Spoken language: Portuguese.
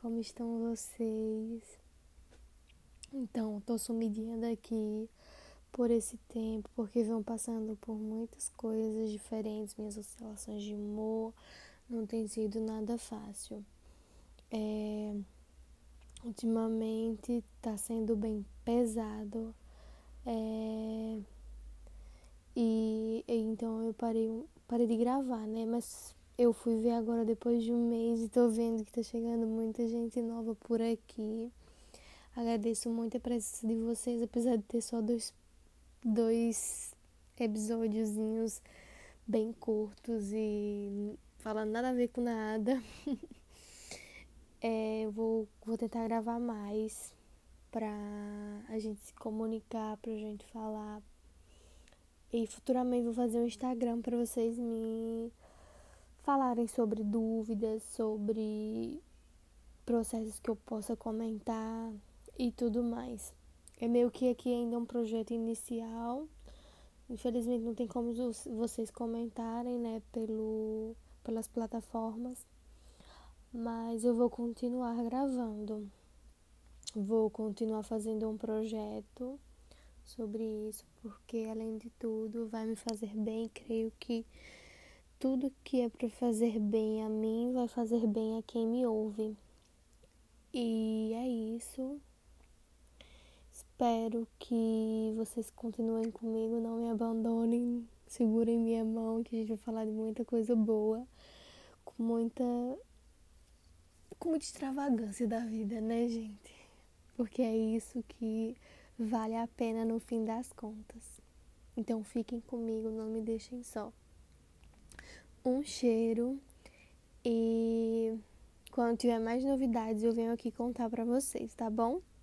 como estão vocês? Então, tô sumidinha daqui por esse tempo, porque venho passando por muitas coisas diferentes, minhas oscilações de humor, não tem sido nada fácil. Ultimamente tá sendo bem pesado, e então eu parei de gravar, né? Mas eu fui ver agora depois de um mês e tô vendo que tá chegando muita gente nova por aqui. Agradeço muito a presença de vocês, apesar de ter só dois episódiozinhos bem curtos e falando nada a ver com nada. Eu vou tentar gravar mais pra a gente se comunicar, pra gente falar. E futuramente vou fazer um Instagram pra vocês me falarem sobre dúvidas, sobre processos que eu possa comentar e tudo mais. É meio que aqui ainda um projeto inicial. Infelizmente não tem como vocês comentarem, né, pelas plataformas. Mas eu vou continuar gravando. Vou continuar fazendo um projeto sobre isso, porque além de tudo vai me fazer bem. Creio que tudo que é para fazer bem a mim vai fazer bem a quem me ouve. E é isso. Espero que vocês continuem comigo, não me abandonem, segurem minha mão, que a gente vai falar de muita coisa boa, com muita extravagância da vida, né, gente? Porque é isso que vale a pena no fim das contas. Então fiquem comigo, não me deixem só. Um cheiro e quando tiver mais novidades eu venho aqui contar pra vocês, tá bom?